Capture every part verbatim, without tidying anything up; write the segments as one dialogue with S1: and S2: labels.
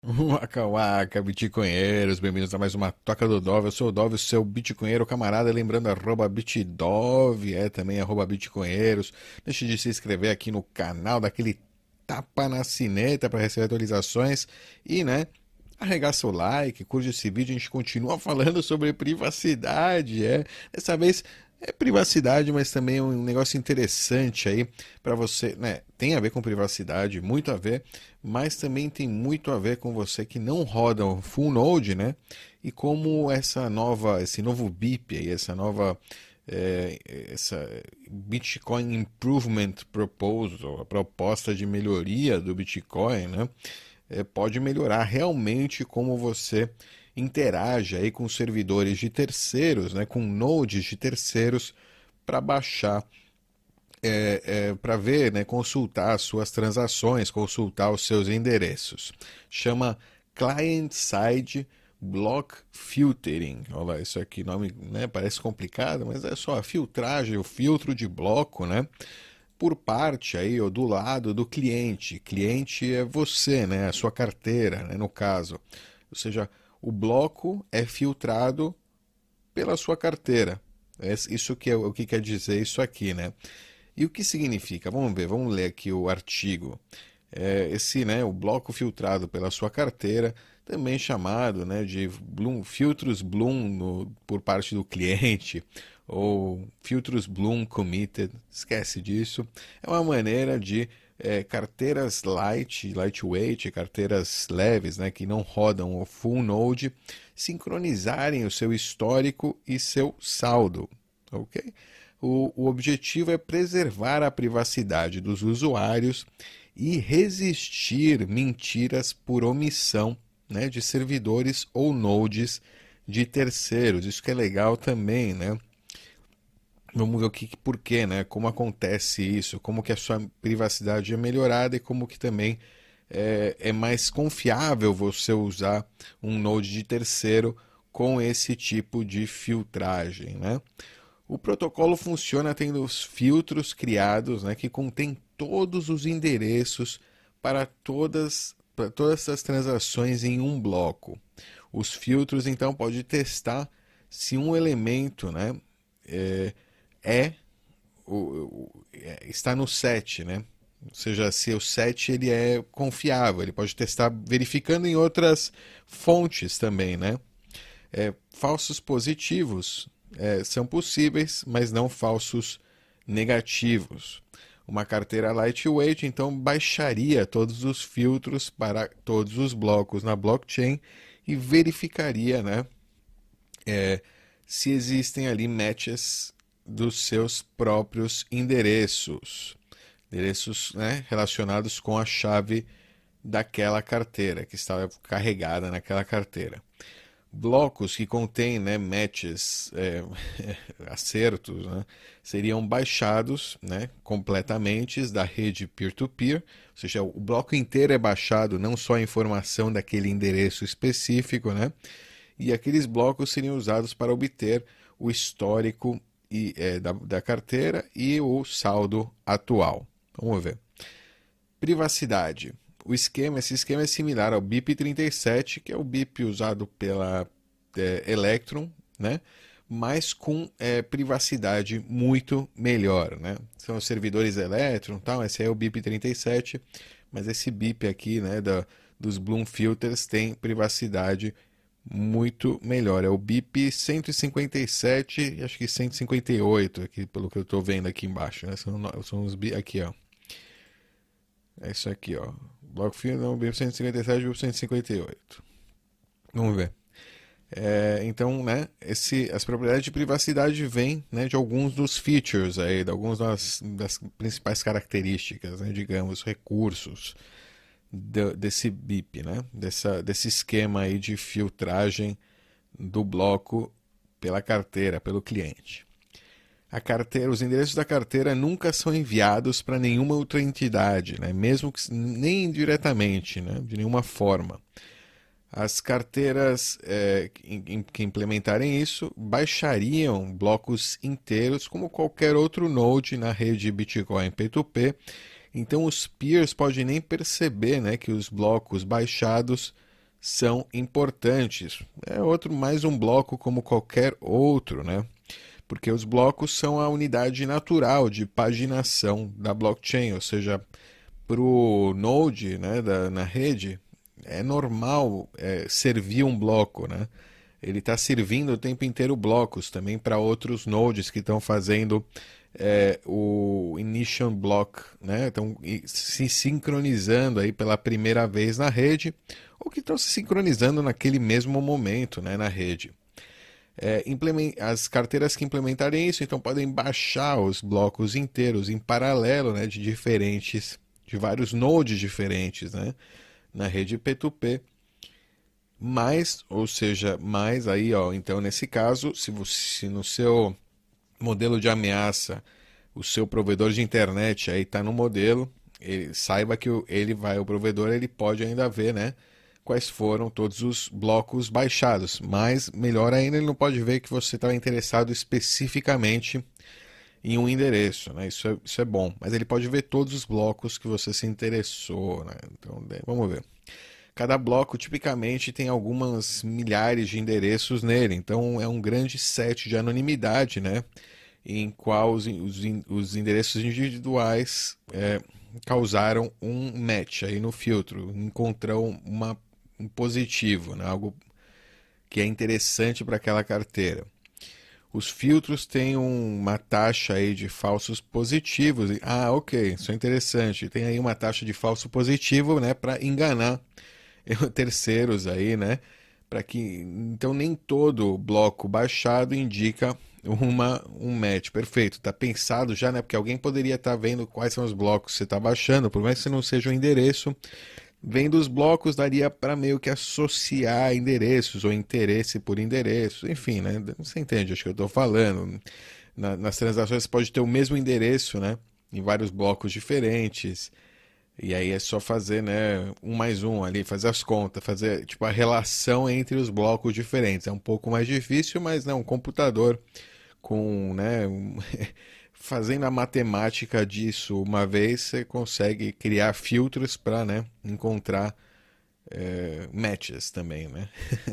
S1: Waka waka, bitcoinheiros, bem-vindos a mais uma Toca do Dove. Eu sou o Dove, o seu bitcoinheiro camarada, lembrando arroba bitdove, é também arroba bitcoinheiros. Deixe de se inscrever aqui no canal, daquele tapa na sineta para receber atualizações e, né, arregaça o like, curte esse vídeo, a gente continua falando sobre privacidade, é. Dessa vez é privacidade, mas também é um negócio interessante aí para você, né? Tem a ver com privacidade, muito a ver, mas também tem muito a ver com você que não roda o full node, né? E como essa nova, esse novo B I P aí, essa nova é, essa Bitcoin Improvement Proposal, a proposta de melhoria do Bitcoin, né? É, pode melhorar realmente como você interage aí com servidores de terceiros, né, com nodes de terceiros para baixar, é, é, para ver, né, consultar as suas transações, consultar os seus endereços. Chama Client-Side Block Filtering. Olha lá, isso aqui, nome, né, parece complicado, mas é só a filtragem, o filtro de bloco, né? Por parte aí, ou do lado do cliente. Cliente é você, né? A sua carteira, né? No caso. Ou seja, o bloco é filtrado pela sua carteira. É isso que é o que quer dizer isso aqui, né? E o que significa? Vamos ver, vamos ler aqui o artigo. É, esse, né, o bloco filtrado pela sua carteira, também chamado, né, de Bloom, filtros Bloom no, por parte do cliente, ou filtros Bloom Committed, esquece disso. É uma maneira de é, carteiras light, lightweight, carteiras leves, né, que não rodam o full node, sincronizarem o seu histórico e seu saldo, ok? O, o objetivo é preservar a privacidade dos usuários e resistir mentiras por omissão, né, de servidores ou nodes de terceiros. Isso que é legal também, né? Vamos ver o que, por quê, né? Como acontece isso, como que a sua privacidade é melhorada e como que também é, é mais confiável você usar um node de terceiro com esse tipo de filtragem, né? O protocolo funciona tendo os filtros criados, né, que contém todos os endereços para todas, para todas as transações em um bloco. Os filtros, então, podem testar se um elemento, né, é, é, o, o, é, está no set, né? Ou seja, se o set ele é confiável, ele pode testar verificando em outras fontes também, né? É, falsos positivos é, são possíveis, mas não falsos negativos. Uma carteira lightweight, então, baixaria todos os filtros para todos os blocos na blockchain e verificaria, né, é, se existem ali matches dos seus próprios endereços. Endereços, né, relacionados com a chave daquela carteira, que estava carregada naquela carteira. Blocos que contêm, né, matches, é, acertos, né, seriam baixados, né, completamente da rede peer-to-peer, ou seja, o bloco inteiro é baixado, não só a informação daquele endereço específico, né, e aqueles blocos seriam usados para obter o histórico e, é, da, da carteira e o saldo atual. Vamos ver. Privacidade. O esquema, esse esquema é similar ao B I P trinta e sete, que é o B I P usado pela é, Electrum, né? Mas com é, privacidade muito melhor, né? São os servidores Electrum, tal. Esse aí é o B I P trinta e sete, mas esse B I P aqui, né, da, dos Bloom Filters tem privacidade muito melhor. É o B I P cento e cinquenta e sete e acho que cento e cinquenta e oito, aqui, pelo que eu estou vendo aqui embaixo, né? São, são os aqui, ó. É isso aqui, ó. Blockfield não, B I P cento e cinquenta e sete e B I P cento e cinquenta e oito. Vamos ver. É, então, né, esse, as propriedades de privacidade vêm, né, de alguns dos features aí, de algumas das, das principais características, né, digamos, recursos de, desse B I P, né, dessa, desse esquema aí de filtragem do bloco pela carteira, pelo cliente. A carteira, os endereços da carteira nunca são enviados para nenhuma outra entidade, né? Mesmo que nem diretamente, né? De nenhuma forma. As carteiras é, que implementarem isso baixariam blocos inteiros como qualquer outro node na rede Bitcoin P dois P. Então os peers podem nem perceber, né, que os blocos baixados são importantes. É outro mais um bloco como qualquer outro, né? Porque os blocos são a unidade natural de paginação da blockchain, ou seja, para o node, né, da, na rede, é normal é, servir um bloco, né? Ele está servindo o tempo inteiro blocos também para outros nodes que estão fazendo é, o initial block, né? Estão se sincronizando aí pela primeira vez na rede, ou que estão se sincronizando naquele mesmo momento, né, na rede. É, as carteiras que implementarem isso, então podem baixar os blocos inteiros em paralelo, né, de diferentes, de vários nodes diferentes, né, na rede P dois P. Mais, ou seja, mais aí, ó, então nesse caso, se, você, se no seu modelo de ameaça o seu provedor de internet aí está no modelo, ele, saiba que ele vai, o provedor ele pode ainda ver, né, quais foram todos os blocos baixados, mas melhor ainda ele não pode ver que você estava interessado especificamente em um endereço, né? Isso é, isso é bom, mas ele pode ver todos os blocos que você se interessou, né? Então, vamos ver. Cada bloco tipicamente tem algumas milhares de endereços nele, então é um grande set de anonimidade, né? Em qual os, os, os endereços individuais é, causaram um match aí no filtro, encontrou uma, um positivo, né? Algo que é interessante para aquela carteira. Os filtros têm uma taxa aí de falsos positivos. Ah, ok, isso é interessante. Tem aí uma taxa de falso positivo, né, para enganar terceiros aí, né? Para que então nem todo bloco baixado indica uma um match perfeito. Tá pensado já, né? Porque alguém poderia estar tá vendo quais são os blocos que você está baixando, por mais que não seja o endereço. Vendo os blocos daria para meio que associar endereços ou interesse por endereço, enfim, né? Você entende, acho que eu estou falando. Na, nas transações você pode ter o mesmo endereço, né? Em vários blocos diferentes. E aí é só fazer, né, um mais um ali, fazer as contas, fazer tipo a relação entre os blocos diferentes. É um pouco mais difícil, mas não, um computador com, né, um, fazendo a matemática disso uma vez, você consegue criar filtros para, né, encontrar é, matches também, né?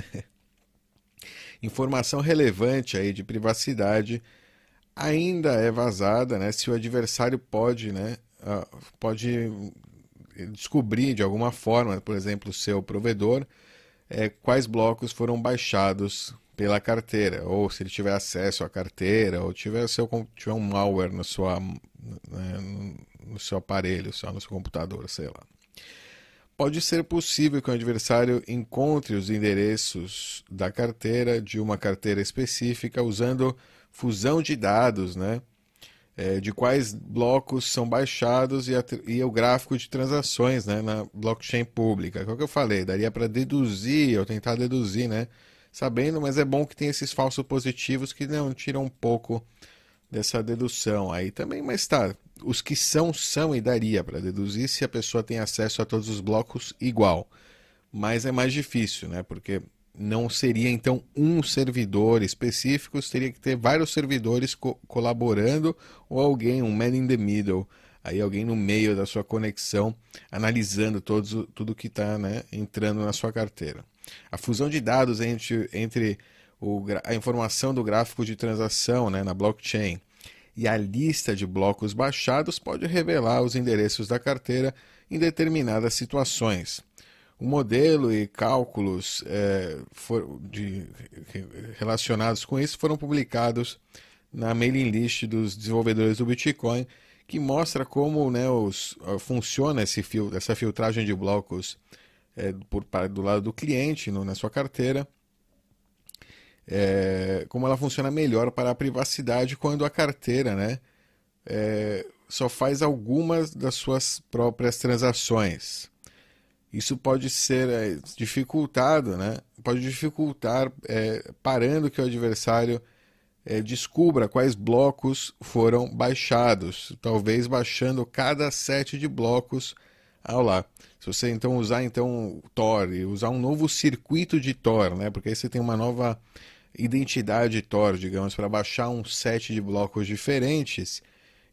S1: Informação relevante aí de privacidade ainda é vazada, né? Se o adversário pode, né, pode descobrir de alguma forma, por exemplo, o seu provedor, é, quais blocos foram baixados pela carteira, ou se ele tiver acesso à carteira, ou tiver, seu, tiver um malware no, sua, né, no seu aparelho, só no seu computador, sei lá. Pode ser possível que o adversário encontre os endereços da carteira de uma carteira específica usando fusão de dados, né? É, de quais blocos são baixados e, a, e o gráfico de transações, né, na blockchain pública. É o que eu falei, daria para deduzir, ou tentar deduzir, né? Sabendo, mas é bom que tem esses falsos positivos que não tiram um pouco dessa dedução aí também, mas tá, os que são, são e daria para deduzir se a pessoa tem acesso a todos os blocos igual. Mas é mais difícil, né? Porque não seria então um servidor específico, teria que ter vários servidores co colaborando ou alguém, um man in the middle, aí alguém no meio da sua conexão, analisando todos, tudo que está, né, entrando na sua carteira. A fusão de dados entre, entre o, a informação do gráfico de transação, né, na blockchain e a lista de blocos baixados pode revelar os endereços da carteira em determinadas situações. O modelo e cálculos é, for, de, relacionados com isso foram publicados na mailing list dos desenvolvedores do Bitcoin, que mostra como, né, os, funciona esse fil, essa filtragem de blocos é, por, do lado do cliente no, na sua carteira, é, como ela funciona melhor para a privacidade quando a carteira, né, é, só faz algumas das suas próprias transações. Isso pode ser é, dificultado, né? Pode dificultar é, parando que o adversário é, descubra quais blocos foram baixados, talvez baixando cada set de blocos ao lá. Se você então usar então Tor e usar um novo circuito de Tor, né? Porque aí você tem uma nova identidade Tor, digamos, para baixar um set de blocos diferentes.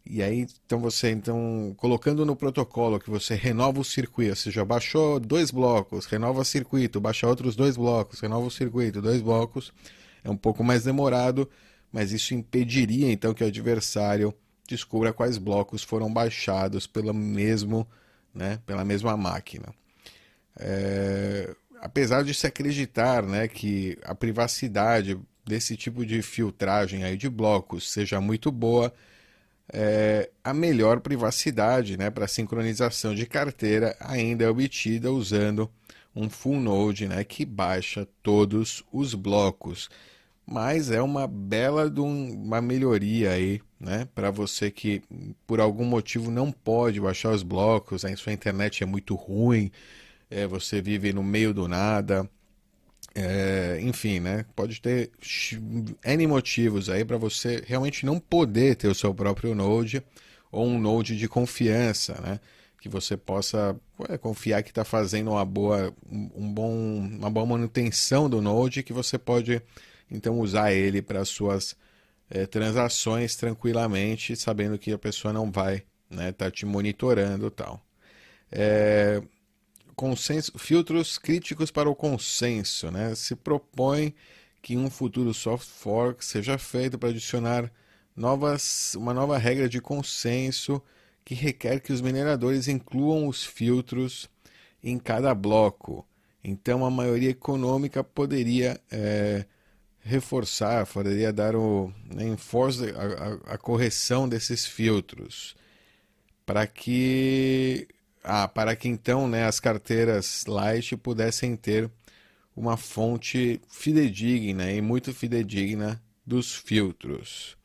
S1: E aí, então você, então, colocando no protocolo que você renova o circuito, ou seja, baixou dois blocos, renova o circuito, baixa outros dois blocos, renova o circuito, dois blocos, é um pouco mais demorado, mas isso impediria então que o adversário descubra quais blocos foram baixados pelo mesmo, né, pela mesma máquina. É, apesar de se acreditar, né, que a privacidade desse tipo de filtragem aí de blocos seja muito boa, é, a melhor privacidade, né, para sincronização de carteira ainda é obtida usando um full node, né, que baixa todos os blocos. Mas é uma bela de um- uma melhoria aí, né, para você que por algum motivo não pode baixar os blocos, a sua internet é muito ruim, é, você vive no meio do nada, é, enfim, né? Pode ter N motivos aí para você realmente não poder ter o seu próprio Node ou um Node de confiança, né? Que você possa ué, confiar que está fazendo uma boa, um, um bom, uma boa manutenção do Node que você pode então usar ele para suas é, transações tranquilamente, sabendo que a pessoa não vai, né, tá te monitorando e tal. É, consenso, filtros críticos para o consenso, né? Se propõe que um futuro soft fork seja feito para adicionar novas, uma nova regra de consenso que requer que os mineradores incluam os filtros em cada bloco. Então, a maioria econômica poderia é, reforçar, poderia dar o né, enforce, a, a, a correção desses filtros para que ah, para que então né, as carteiras Light pudessem ter uma fonte fidedigna e muito fidedigna dos filtros.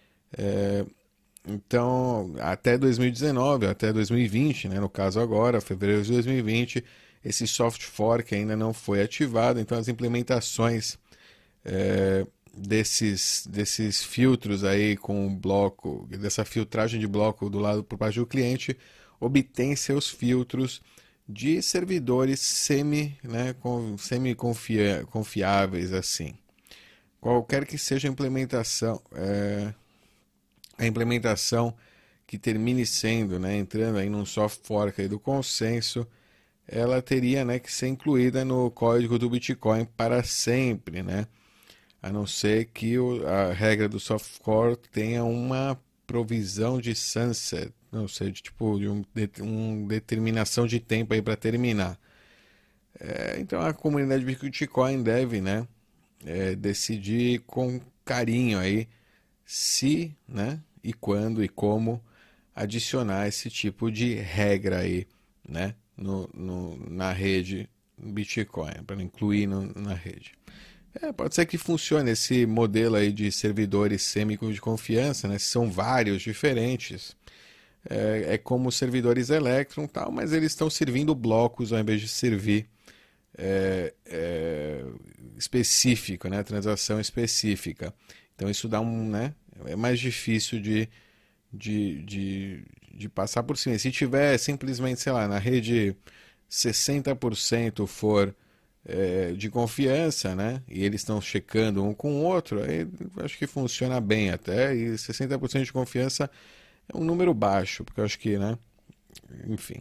S1: Então, até dois mil e dezenove, até dois mil e vinte, né, no caso agora, fevereiro de dois mil e vinte, esse soft fork ainda não foi ativado, então as implementações é, desses, desses filtros aí com o bloco, dessa filtragem de bloco do lado por parte do cliente, obtém seus filtros de servidores semi, né, semi confia, confiáveis assim. Qualquer que seja a implementação, é, a implementação que termine sendo, né, entrando aí num soft fork aí do consenso, ela teria, né, que ser incluída no código do Bitcoin para sempre, né? A não ser que o, a regra do softcore tenha uma provisão de sunset, não sei, de tipo de um, de, um determinação de tempo aí para terminar. É, então a comunidade de Bitcoin deve, né, é, decidir com carinho aí se, né, e quando e como adicionar esse tipo de regra aí, né, no, no, na rede Bitcoin, para incluir no, na rede. É, pode ser que funcione esse modelo aí de servidores semi de confiança, né? São vários diferentes. É, é como os servidores Electron, tal, mas eles estão servindo blocos ao invés de servir é, é, específico, né? Transação específica. Então isso dá um, né? É mais difícil de, de, de, de passar por cima. Se tiver simplesmente, sei lá, na rede sessenta por cento for é, de confiança, né? E eles estão checando um com o outro, aí acho que funciona bem até. E sessenta por cento de confiança é um número baixo, porque eu acho que, né? Enfim.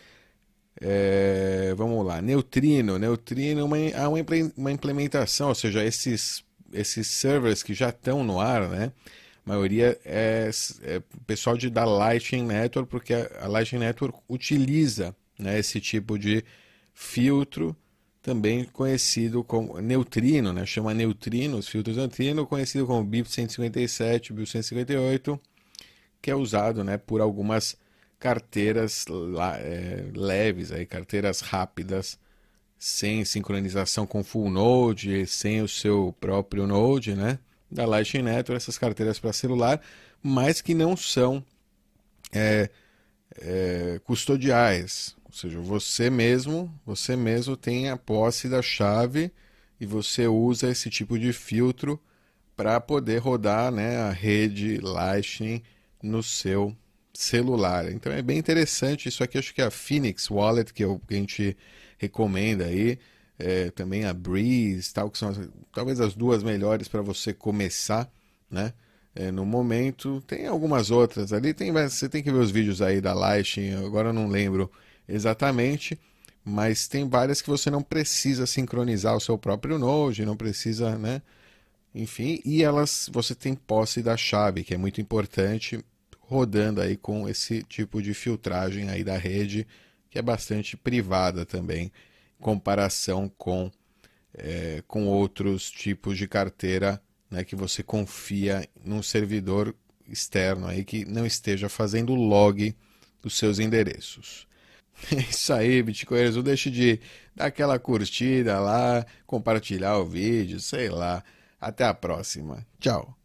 S1: É, vamos lá. Neutrino. Neutrino é uma, há uma, uma implementação, ou seja, esses, esses servers que já estão no ar, né? A maioria é, é pessoal de, da Lightning Network, porque a, a Lightning Network utiliza, né, esse tipo de filtro, também conhecido como neutrino, né? Chama neutrino, os filtros neutrino, conhecido como B I P cento e cinquenta e sete, B I P cento e cinquenta e oito, que é usado, né, por algumas carteiras é, leves, aí, carteiras rápidas, sem sincronização com full node, sem o seu próprio node, né, da Lightning Network, essas carteiras para celular, mas que não são é, é, custodiais. Ou seja, você mesmo, você mesmo tem a posse da chave e você usa esse tipo de filtro para poder rodar, né, a rede Lightning no seu celular. Então é bem interessante. Isso aqui acho que é a Phoenix Wallet, que, é o que a gente recomenda aí. É, também a Breeze, tal, que são as, talvez as duas melhores para você começar, né, é, no momento. Tem algumas outras ali, tem, você tem que ver os vídeos aí da Light, agora eu não lembro exatamente, mas tem várias que você não precisa sincronizar o seu próprio Node, não precisa, né? Enfim, e elas você tem posse da chave, que é muito importante, rodando aí com esse tipo de filtragem aí da rede, que é bastante privada também, em comparação com, é, com outros tipos de carteira, né, que você confia num servidor externo aí que não esteja fazendo log dos seus endereços. É isso aí, Bitcoinheiros. Não deixe de dar aquela curtida lá, compartilhar o vídeo, sei lá. Até a próxima. Tchau.